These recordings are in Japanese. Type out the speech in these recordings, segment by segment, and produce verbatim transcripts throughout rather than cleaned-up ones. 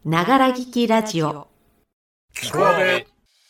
ながら聞きラジオ。 聞こえ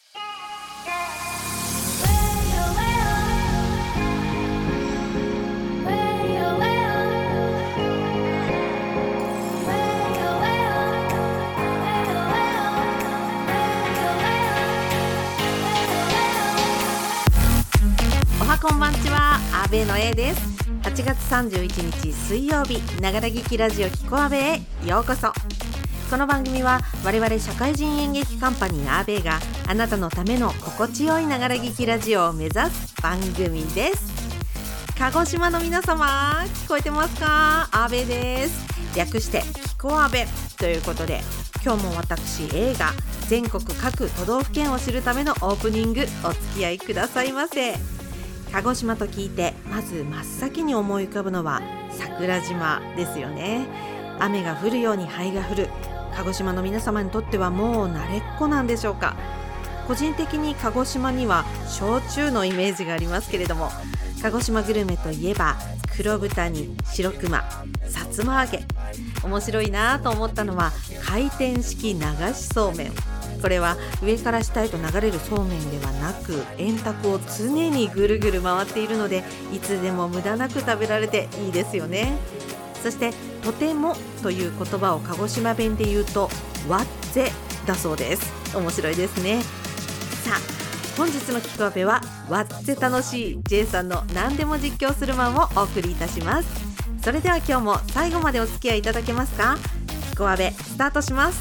おはこんばんちは、阿部の A です。はちがつさんじゅういちにち水曜日、ながら聞きラジオ聞こ阿部へようこそ。この番組は我々社会人演劇カンパニー阿部があなたのための心地よいながら聞きラジオを目指す番組です。鹿児島の皆様、聞こえてますか？阿部です。略して聞こ阿部ということで、今日も私 A が全国各都道府県を知るためのオープニングお付き合いくださいませ。鹿児島と聞いてまず真っ先に思い浮かぶのは桜島ですよね。雨が降るように灰が降る鹿児島の皆様にとってはもう慣れっこなんでしょうか。個人的に鹿児島には焼酎のイメージがありますけれども、鹿児島グルメといえば黒豚に白熊、さつま揚げ。面白いなと思ったのは回転式流しそうめん。これは上から下へと流れるそうめんではなく、円卓を常にぐるぐる回っているので、いつでも無駄なく食べられていいですよね。そしてとてもという言葉を鹿児島弁で言うとわっぜだそうです。面白いですね。さあ、本日の聞こ阿部はわっぜ楽しい J さんの何でも実況するマンをお送りいたします。それでは今日も最後までお付き合いいただけますか？聞こ阿部スタートします。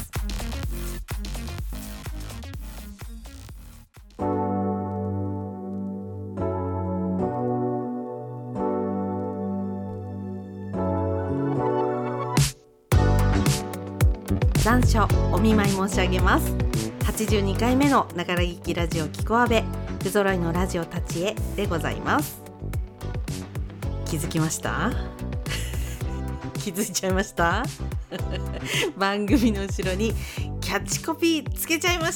残暑お見舞い申し上げます。はちじゅうにかいめのながら聞きラジオ聞こ阿部、不揃いのラジオたちへでございます。気づきました気づいちゃいました番組の後ろにキャッチコピーつけちゃいました。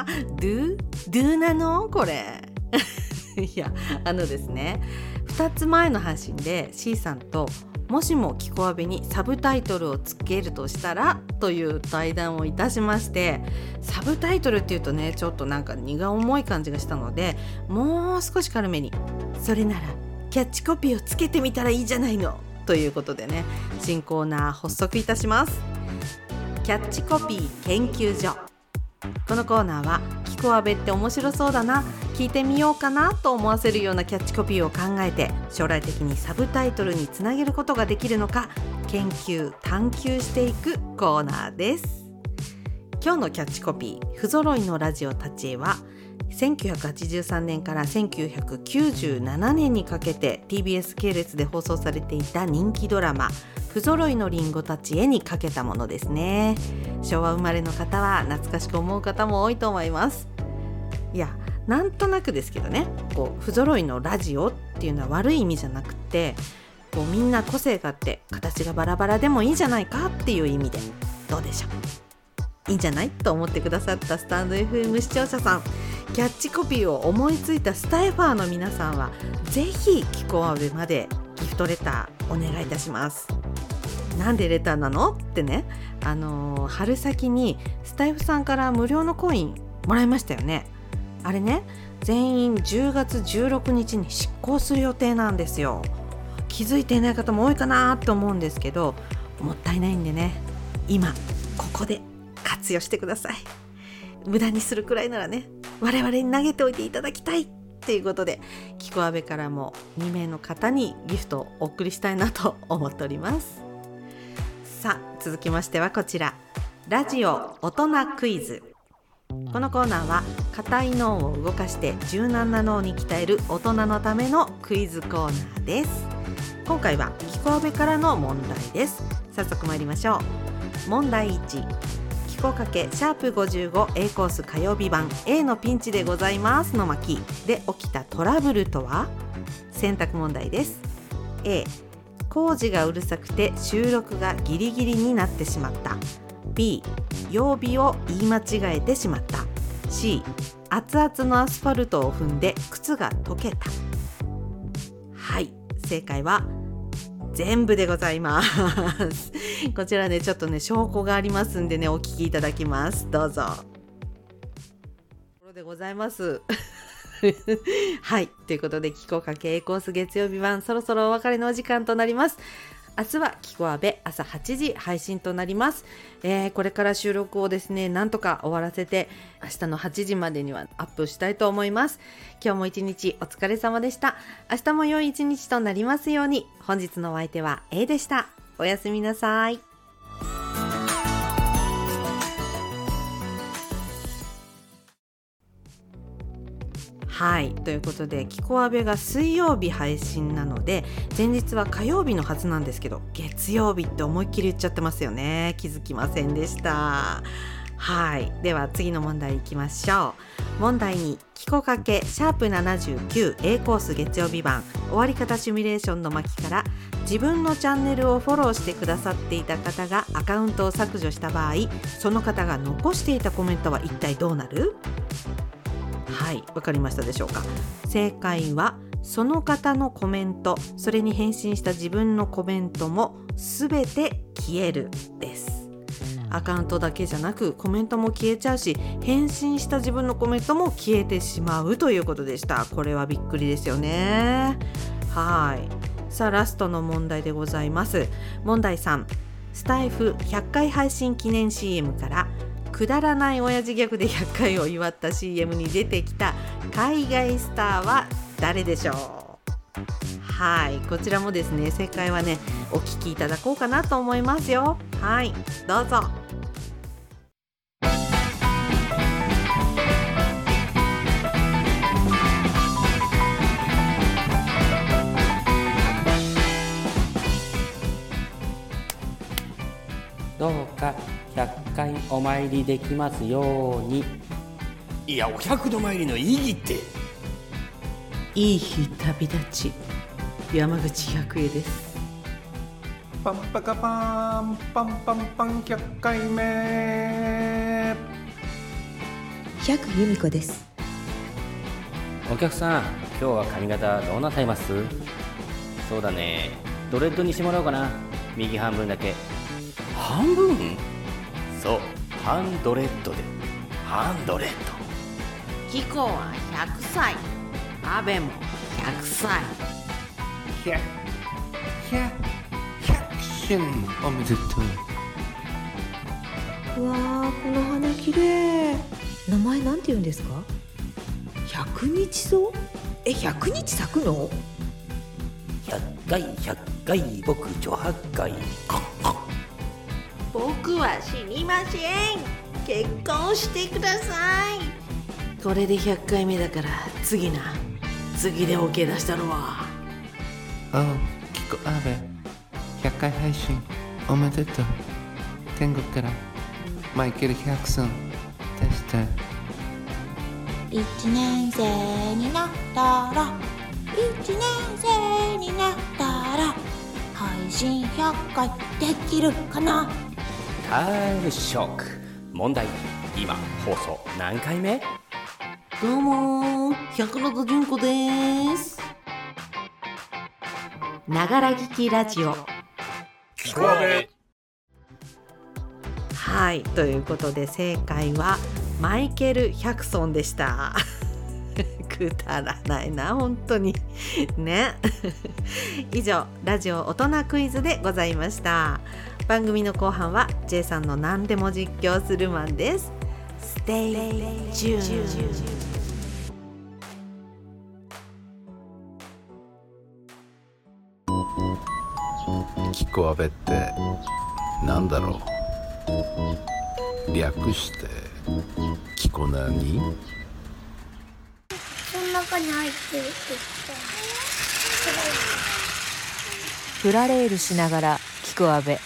ドゥドゥなのこれいや、あのですね、ふたつまえの配信で C さんともしも聞こ阿部にサブタイトルをつけるとしたらという対談をいたしまして、サブタイトルっていうとね、ちょっとなんか荷が重い感じがしたので、もう少し軽めに、それならキャッチコピーをつけてみたらいいじゃないのということでね、新コーナー発足いたします。キャッチコピー研究所。このコーナーは聞こ阿部って面白そうだな、聞いてみようかなと思わせるようなキャッチコピーを考えて、将来的にサブタイトルにつなげることができるのか研究探求していくコーナーです。今日のキャッチコピー、不揃いのラジオたちへはせんきゅうひゃくはちじゅうさんねんからせんきゅうひゃくきゅうじゅうななねんにかけて ティービーエス 系列で放送されていた人気ドラマ不揃いのリンゴたちへにかけたものですね。昭和生まれの方は懐かしく思う方も多いと思います。いや、なんとなくですけどね、こう不揃いのラジオっていうのは悪い意味じゃなくて、こうみんな個性があって形がバラバラでもいいじゃないかっていう意味で、どうでしょう、いいんじゃないと思ってくださったスタンド エフエム 視聴者さん、キャッチコピーを思いついたスタイファーの皆さんはぜひ聞こ阿部までギフトレターお願いいたします。なんでレターなのってね、あのー、春先にスタイフさんから無料のコインもらいましたよね。あれね、全員じゅうがつじゅうろくにちに執行する予定なんですよ。気づいていない方も多いかなと思うんですけど、もったいないんでね、今ここで活用してください。無駄にするくらいならね、我々に投げておいていただきたいっていうことで、聞こ阿部からもにめいの方にギフトをお送りしたいなと思っております。さあ、続きましてはこちら、ラジオ大人クイズ。このコーナーは硬い脳を動かして柔軟な脳に鍛える大人のためのクイズコーナーです。今回は聞こ阿部からの問題です。早速参りましょう。問題いち、聞こかけシャープごじゅうご A コース火曜日版 A のピンチでございますの巻で起きたトラブルとは？選択問題です。 A、工事がうるさくて収録がギリギリになってしまった。 B、曜日を言い間違えてしまった。 C、熱々のアスファルトを踏んで靴が溶けた。はい、正解は全部でございますこちらねちょっとね証拠がありますんでねお聞きいただきます。どうぞ。ところでございますはいということでキコかけ A コース月曜日版そろそろお別れのお時間となります。明日はキコアベ朝はちじ配信となります、えー、これから収録をですねなんとか終わらせて明日のはちじまでにはアップしたいと思います。今日も一日お疲れ様でした。明日も良い一日となりますように。本日のお相手は A でした。おやすみなさい。はいということでキコアベが水曜日配信なので前日は火曜日のはずなんですけど月曜日って思いっきり言っちゃってますよね。気づきませんでした。はいでは次の問題いきましょう。問題にキコかけシャープななじゅうきゅう A コース月曜日版終わり方シミュレーションの巻から自分のチャンネルをフォローしてくださっていた方がアカウントを削除した場合その方が残していたコメントは一体どうなる？はいわかりましたでしょうか。正解はその方のコメントそれに返信した自分のコメントもすべて消えるです。アカウントだけじゃなくコメントも消えちゃうし返信した自分のコメントも消えてしまうということでした。これはびっくりですよね。はいさあラストの問題でございます。問題さんスタイフひゃっかい配信記念 シーエム からくだらない親父ギャグでひゃっかいを祝った シーエム に出てきた海外スターは誰でしょう？はいこちらもですね正解はねお聞きいただこうかなと思いますよ。はいどうぞ。 どうかひゃっかいお参りできますように。 いやお百度参りの意義っていい日旅立ち山口百恵です。 パンパカパンパンパンパンひゃっかいめ百由美子です。 お客さん今日は髪型どうなさいます？そうだねドレッドにしてもらおうかな。右半分だけ。 半分？そうハンドレッドでハンドレッド。 キコはひゃくさいアベもひゃくさい。 ひゃひゃ百春おめでとう。 うわーこの花きれい。名前なんて言うんですか？百日草？え百日咲くの？ ひゃっかいひゃっかい僕女はっかい。 僕は死にません。結婚してください。これでひゃっかいめだから次な次で OK 出したのは。 おうキコアベひゃっかい配信おめでとう。天国からマイケル・ヒャクソンでした。 一年生になったら一年生になったら配信ひゃっかいできるかな。 タイムショック。問題今放送何回目？ どうも百野田純子です。ながら聞きラジオキコアベ。 はいということで正解はマイケル・ヒャクソンでしたくだらないな本当にね以上ラジオ大人クイズでございました。番組の後半は J さんの何でも実況するマンです。 Stay tuned。 キコアベってなんだろう。略してキコナニ。 この中に入ってるってプラレールしながらキコアベ。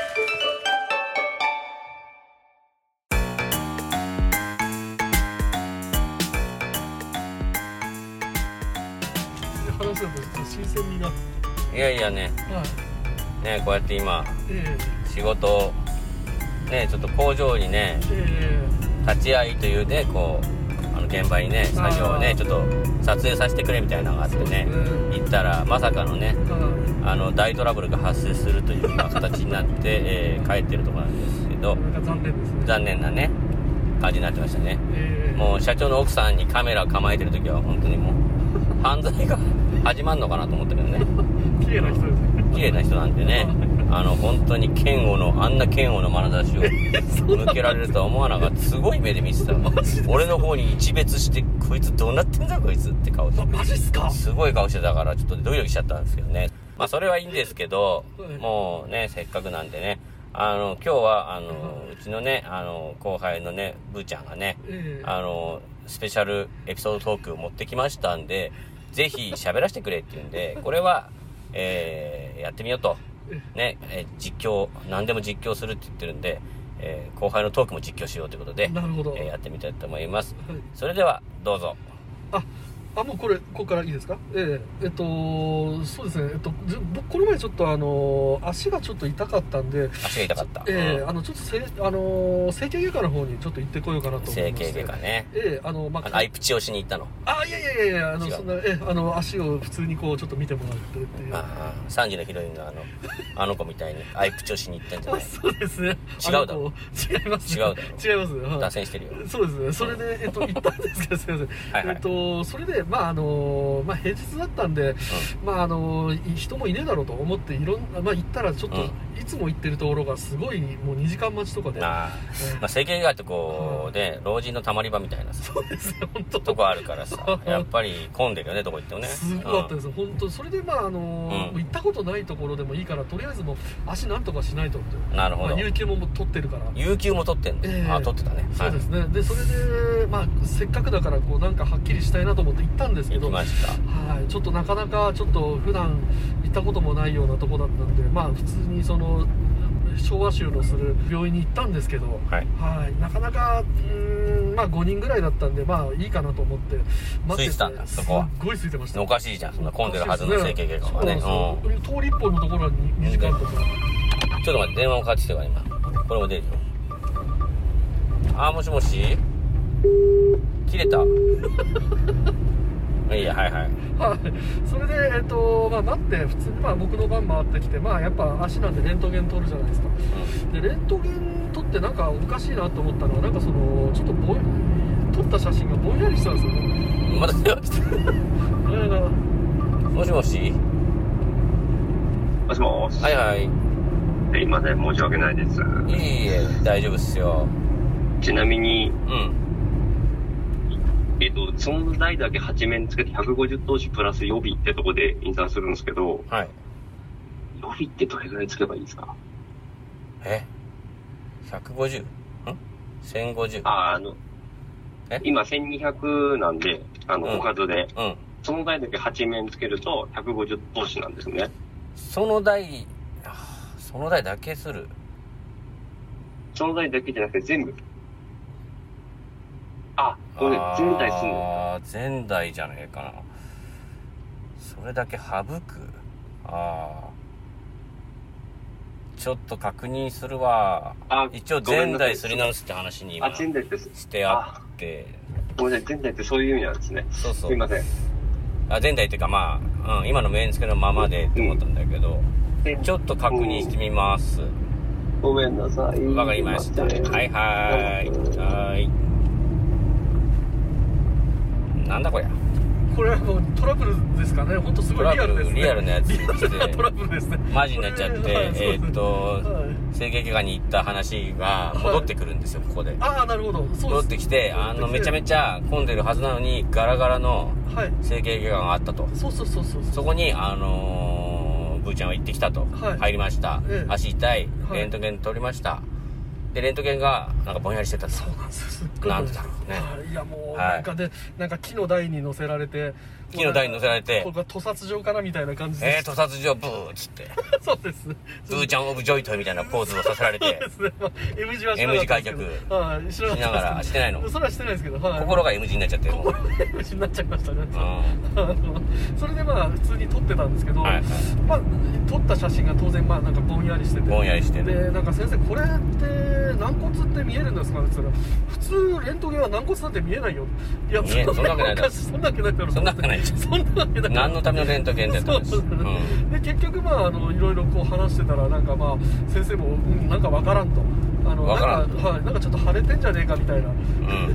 話すのと新鮮味が。 いやいやね、 はい、 ねこうやって今、 え仕事ねちょっと工場にね、 ええ立ち会いというねこうあの現場にね作業をねちょっと撮影させてくれみたいなのがあってね行ったらまさかのねあの大トラブルが発生するというような形になって、えー、帰ってるところなんですけど残念ですね。 残念なね感じになってましたね、 えー、 もう社長の奥さんにカメラ構えてる時は本当にもう犯罪が始まるのかなと思ったけどね綺麗な人ですね。 綺麗な人なんでねあの本当に嫌悪のあんな嫌悪の眼差しを向けられるとは思わなかったすごい目で見てた俺の方に一別してこいつどうなってんだこいつって顔してマジっすか。 すごい顔してたからちょっとドキドキしちゃったんですけどねまあそれはいいんですけどもうねせっかくなんでねあの今日はあのうちのねあの後輩のねブーちゃんがねあのスペシャルエピソードトークを持ってきましたんでぜひ喋らせてくれって言うんでこれは、えー、やってみようとね、えー、実況何でも実況するって言ってるんで、えー、後輩のトークも実況しようということでなるほど、 えー、やってみたいと思います、 はい、 それではどうぞ。 ああもうこれここからいいですか。えええっとそうですねえっと僕この前ちょっとあの足がちょっと痛かったんで足が痛かった、 ええうん、 あのちょっとせあの整形外科の方にちょっと行ってこようかなと思いまして。 整形外科ね。 ええあのまあアイプチをしに行ったの。 あいやいやいやいやあのそんなえあの足を普通にこうちょっと見てもらってっていう。 ああさんじのヒロインのあのあの子みたいにアイプチをしに行ったんじゃない。 そうですね。 違うだろ。 違います、 違うだろ。 違います、はい、 脱線してるよ。 そうですね。それでえっと行ったんですけどすみません。 はいはい、 えっとそれでまああのまあ平日だったんで、うん、まああの人もいねえだろうと思っていろんなまあ行ったらちょっと、うん、いつも行ってるところがすごいもうにじかん待ちとかで。あ、 えー、まあ整形外科ってこうね、うん、老人のたまり場みたいなさ。 そうですね本当。 とこあるからさやっぱり混んでるよねどこ行ってもね。 すごかったです、うん、本当。それでまああの、うん、行ったことないところでもいいからとりあえずもう足なんとかしないとって。 なるほど。 まあ、有給も取ってるから。 有給も取ってんの。えー、あ取ってたね。 そうですね。はい、でそれでまあせっかくだからこうなんかはっきりしたいなと思って行ったんですけど。 行きました。 はい。ちょっとなかなかちょっと普段行ったこともないようなとこだったんで、まあ普通にその昭和州のする病院に行ったんですけど、はい、はい、なかなかうーんまあごにんぐらいだったんでまあいいかなと思って待ってて、空いてたんだそこは。 すっごい空いてました。 おかしいじゃんそんな混んでるはずの整形外科はね。 そうなんですよ。通り一本のところはにじかんとか。 ちょっと待って電話もかかってきてるから今これも出るよ。あーもしもし切れたいいやはいはいはい、それで、えっとまあ、待って普通に、まあ、僕の番回ってきて、まあ、やっぱ足なんでレントゲン撮るじゃないですか、うん、でレントゲン撮ってなんかおかしいなと思ったのはなんかそのちょっとぼ撮った写真がぼんやりしたんですよね。 まだ電話来てるもしもしもしもしはいはい今ね申し訳ないです。 いいえ大丈夫っすよ。 ちなみにうんえっと、その台だけはちめんつけてひゃくごじゅう投資プラス予備ってとこで印刷するんですけど、 はい。 予備ってどれぐらいつけばいいですか？ え ?ひゃくごじゅう? ん ?せんごじゅう? あ、あの、 え今せんにひゃくなんで、あの、うん、おかずで、 うん。 その台だけはちめんつけるとひゃくごじゅう投資なんですね。 その台、その台だけする？ その台だけじゃなくて全部。あ、これ全台すんの？ あー、全台じゃねえかな。それだけ省く？あー。ちょっと確認するわ。 あ、 一応全台すり直すって話に今あ、全台ってしてあって。 ごめんなさい、全台ってそういう意味なんですね。 そうそう。 すいません。 あ、全台っていうかまあ、うん、今のメイン付けのままでって思ったんだけど、うん、ちょっと確認してみます。うん、 ごめんなさい。 わかりました。はいはい。はい。なんだこりゃ。 これはもうトラブルですかね。本当すごいリアルですね。 リアルなやつリアルなトラブルですね。 マジになっちゃって、えー、っと、はい、整形外科に行った話が戻ってくるんですよ、はい、ここで。 ああ、なるほど。そうです。 戻ってきて、あのめちゃめちゃ混んでるはずなのにガラガラの整形外科があったと。 そうそうそうそう。 そこにあのー、ブーちゃんは行ってきたと。はい、入りました。ええ、足痛い。レントゲン取りました。でレントゲンがなんかぼんやりしてたと。 そうなんですよ。すっごいなんでだろうね。 いやもうなんかで、はい、なんか木の台に乗せられて、 木の台に乗せられて、 これが屠殺場かなみたいな感じで。 えー、屠殺場ブーっつって。 そうです。 ブーちゃんオブジョイトイみたいなポーズをさせられて。 そうですね。まあ、M 字はしな M 字開脚。 はい、しながらしてないの。 それはしてないですけど、はい。 心が M 字になっちゃってる。 心が M 字になっちゃいましたね。うん。それでまあ普通に撮ってたんですけど、はいはい、まあ撮った写真が当然まあなんかぼんやりしてて。 ぼんやりしてて。でなんか先生これって軟骨って見えるんですかねって言ったら、普通レントゲンは軟骨なんて見えないよ。いや、 見えそんなわけないだろ。 そんなわけないだろ。 そんなわけない。 そんなわけない。 何のためのレントゲンだったんです。 そうそうそう、うん、で結局まああのいろいろこう話してたら、なんかまあ先生も、うん、なんかわからんと。あのなんか、はい、なんかちょっと腫れてんじゃねえかみたいな、うん、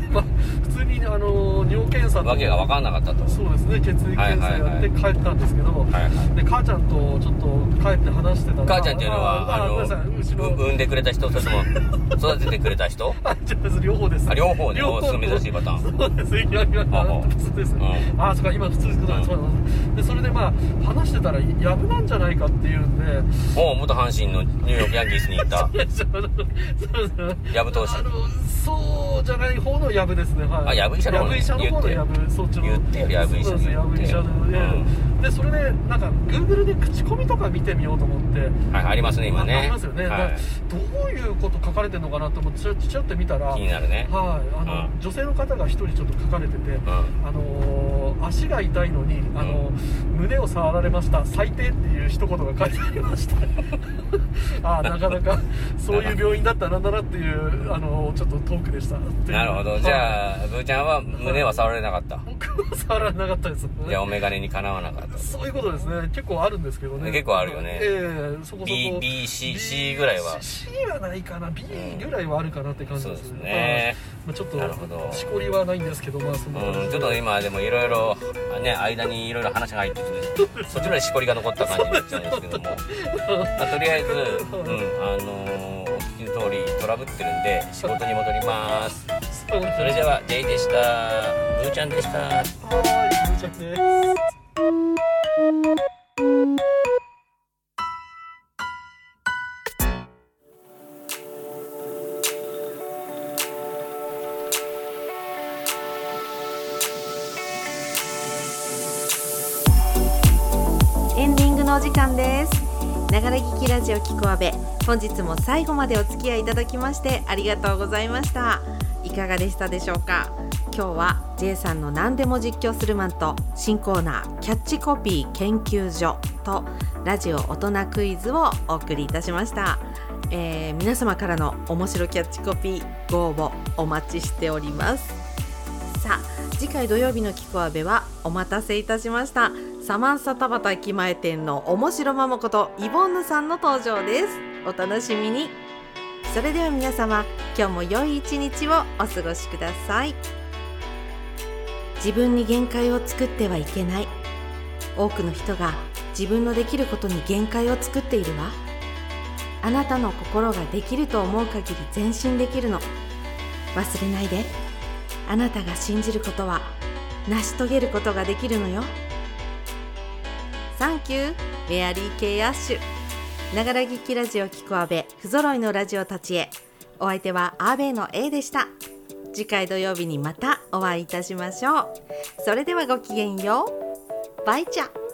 まあ普通にあの尿検査とわけが分からなかったと。 そうですね、血液検査やって帰ったんですけど、はいはいはい、で母ちゃんとちょっと帰って話してたら、 母ちゃんっていうのはあの産んでくれた人、それとも育ててくれた人あ、両方です。 あ、両方ね。両方珍しいパターン。 そうです。いやいや、普通です、うん、あ、そうか、今普通ですけど、うん、そうなんです。でそれでまあ話してたらやぶなんじゃないかっていうんで、 もう元阪神のニューヨークヤンキースに行ったヤブ投手。 あのそうじゃない方のヤブですね。はい。 あ、ヤブ医者の方のヤブ、そっちの。 言ってよ、ヤブ医者。 ヤブ医者で、うん、でそれでなんか Google で口コミとか見てみようと思って。 はい、ありますね今ね。 ありますよね。はい、どういうこと書かれてるのかなと思ってちょちょっと見たら。 気になるね。 はい。あの、うん、女性の方が一人ちょっと書かれてて、うん、あのー、足が痛いのにあの、うん、胸を触られました。最低っていう一言が書いてありました。あ、なかなかそういう病院だったなんだなっていうあのちょっとトークでした。 なるほど。じゃあ、ブーちゃんは胸は触られなかった。 僕は触られなかったです。 じゃあ、お眼鏡にかなわなかった。 そういうことですね。結構あるんですけどね。 結構あるよね。 ええー、そこそこ。 B、B、C、C ぐらいは。 C はないかな。B ぐらいはあるかなって感じですね。 そうですね。 まあ、ちょっとしこりはないんですけど、まあその、 うん、ちょっと今でもいろいろね、間にいろいろ話が入ってきて、そっちまでしこりが残った感じになっちゃうんですけども、まあ、とりあえず、うん、あのー、お聞きの通りトラブってるんで仕事に戻ります。それでは J でした。ブーちゃんでした。 はい、ブーちゃんです。 エンディングのお時間です。ながら聞きラジオキコアベ、本日も最後までお付き合いいただきましてありがとうございました。いかがでしたでしょうか。今日は J さんの何でも実況するマンと新コーナーキャッチコピー研究所とラジオ大人クイズをお送りいたしました。えー、皆様からの面白キャッチコピーご応募お待ちしております。さあ、次回土曜日のキコアベはお待たせいたしました、サマンサ田端駅前店の面白ママことイボンヌさんの登場です。お楽しみに。それでは皆様、今日も良い一日をお過ごしください。自分に限界を作ってはいけない。多くの人が自分のできることに限界を作っているわ。あなたの心ができると思う限り前進できるの。忘れないで。あなたが信じることは成し遂げることができるのよ。サンキューメアリー系アッシュ。ながら聞きラジオキコアベ、不揃いのラジオたちへ。お相手はアーベイの A でした。次回土曜日にまたお会いいたしましょう。それではごきげんよう。バイチャ。